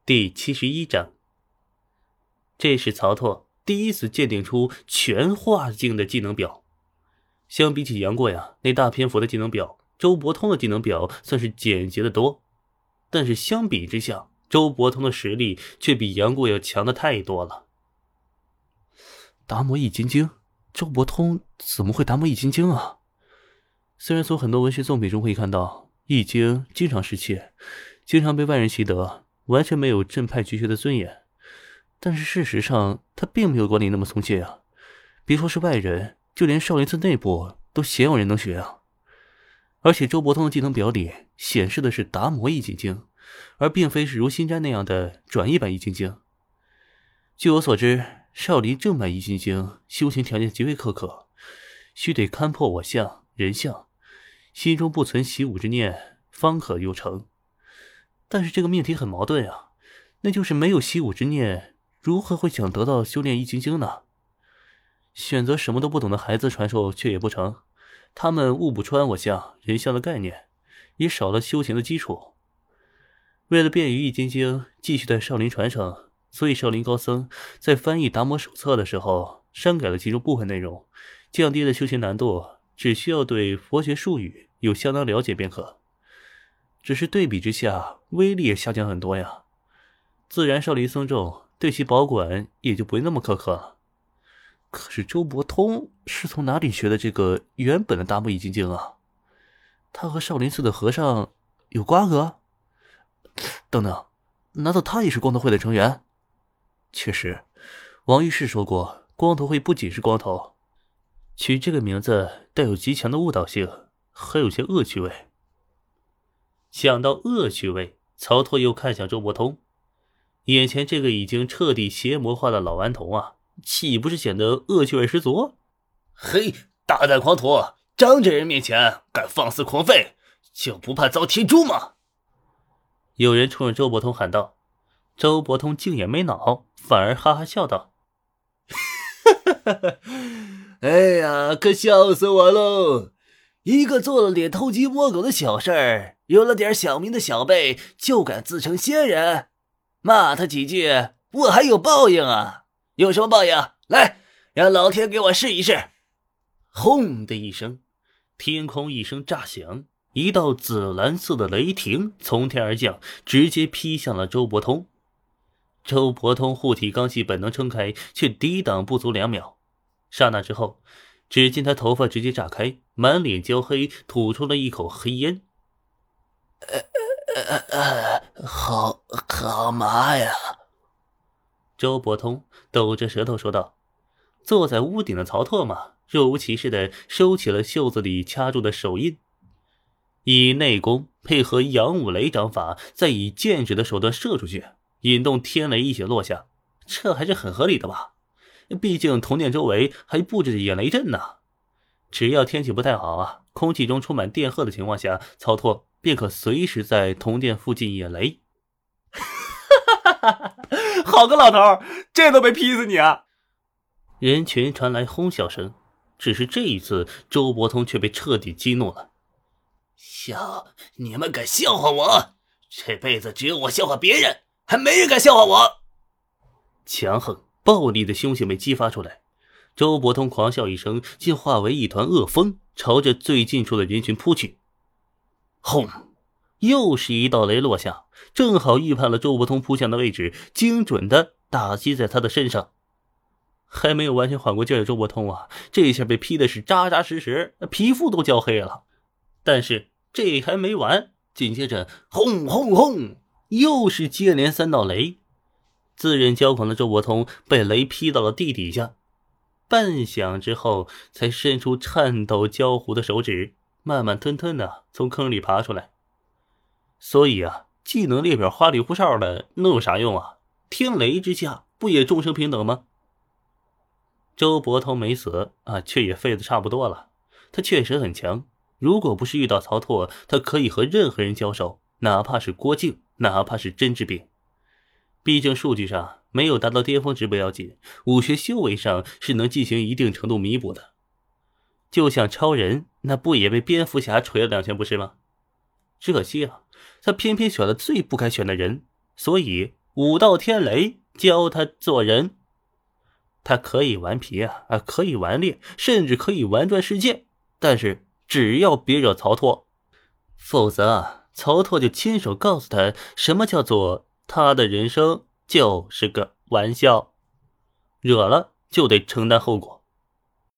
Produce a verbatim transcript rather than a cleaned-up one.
第七十一章。这是曹拓第一次鉴定出全化境的技能表。相比起杨过呀那大篇幅的技能表，周伯通的技能表算是简洁的多。但是相比之下，周伯通的实力却比杨过要强的太多了。 达摩易筋经，周伯通怎么会达摩易筋经啊？虽然从很多文学作品中可以看到，易经经常失窃，经常被外人习得，完全没有正派绝学的尊严，但是事实上他并没有管理那么松懈啊。别说是外人，就连少林寺内部都鲜有人能学啊。而且周伯通的技能表里显示的是达摩易筋经，而并非是如心斋那样的转译版易筋经。据我所知，少林正版易筋经修行条件极为苛刻，须得勘破我相、人相，心中不存习武之念，方可有成。但是这个命题很矛盾啊，那就是没有习武之念，如何会想得到修炼易筋经呢？选择什么都不懂的孩子传授却也不成，他们悟不穿我相、人相的概念，也少了修行的基础。为了便于易筋经继续在少林传承，所以少林高僧在翻译达摩手册的时候删改了其中部分内容，降低了修行难度，只需要对佛学术语有相当了解便可。只是对比之下，威力也下降很多呀，自然少林僧众对其保管也就不会那么苛刻了。可是周伯通是从哪里学的这个原本的达摩易筋经啊？他和少林寺的和尚有瓜葛？等等，难道他也是光头会的成员？确实，王御士说过，光头会不仅是光头。取这个名字带有极强的误导性，还有些恶趣味。 想到恶趣味，曹拓又看向周伯通，眼前这个已经彻底邪魔化的老顽童啊，岂不是显得恶趣味十足？ 嘿，大胆狂徒，长者人面前敢放肆狂吠，就不怕遭天诛吗？ 有人冲着周伯通喊道。周伯通竟也没恼，反而哈哈笑道： 哎呀，可笑死我喽！一个做了点偷鸡摸狗的小事儿，有了点小名的小辈就敢自称仙人，骂他几句我还有报应啊！有什么报应？来，让老天给我试一试！ 轰的一声，天空一声炸响，一道紫蓝色的雷霆从天而降，直接劈向了周伯通。周伯通护体罡气本能撑开，却抵挡不足两秒。刹那之后，只见他头发直接炸开，满脸焦黑，吐出了一口黑烟。 呃呃呃，好好麻呀！ 周伯通抖着舌头说道。坐在屋顶的曹拓嘛，若无其事地收起了袖子里掐住的手印，以内功配合杨武雷掌法，再以剑指的手段射出去，引动天雷一起落下，这还是很合理的吧？毕竟铜殿周围还布置着眼雷阵呢。只要天气不太好啊，空气中充满电荷的情况下，曹拓便可随时在铜殿附近演雷。 好个老头，这都没劈死你啊！ 人群传来哄笑声，只是这一次周伯通却被彻底激怒了。 笑，你们敢笑话我？这辈子只有我笑话别人，还没人敢笑话我。 强横暴力的凶性被激发出来，周伯通狂笑一声，竟化为一团恶风，朝着最近处的人群扑去。轰！又是一道雷落下，正好预判了周伯通扑向的位置，精准的打击在他的身上。还没有完全缓过劲儿的周伯通啊，这一下被劈的是扎扎实实，皮肤都焦黑了。但是这还没完，紧接着轰轰轰，又是接连三道雷。自认骄狂的周伯通被雷劈到了地底下，半晌之后才伸出颤抖焦糊的手指，慢慢吞吞的从坑里爬出来。所以啊，技能列表花里胡哨的能有啥用啊？天雷之下不也众生平等吗？周伯通没死啊，却也废得差不多了。他确实很强，如果不是遇到曹拓，他可以和任何人交手，哪怕是郭靖，哪怕是甄之彬。毕竟数据上没有达到巅峰值不要紧，武学修为上是能进行一定程度弥补的。就像超人，那不也被蝙蝠侠锤了两拳不是吗？只可惜啊，他偏偏选了最不该选的人，所以武道天雷教他做人。他可以顽皮啊，啊，可以顽劣，甚至可以玩转世界，但是只要别惹曹拓，否则啊，曹拓就亲手告诉他什么叫做他的人生就是个玩笑，惹了就得承担后果。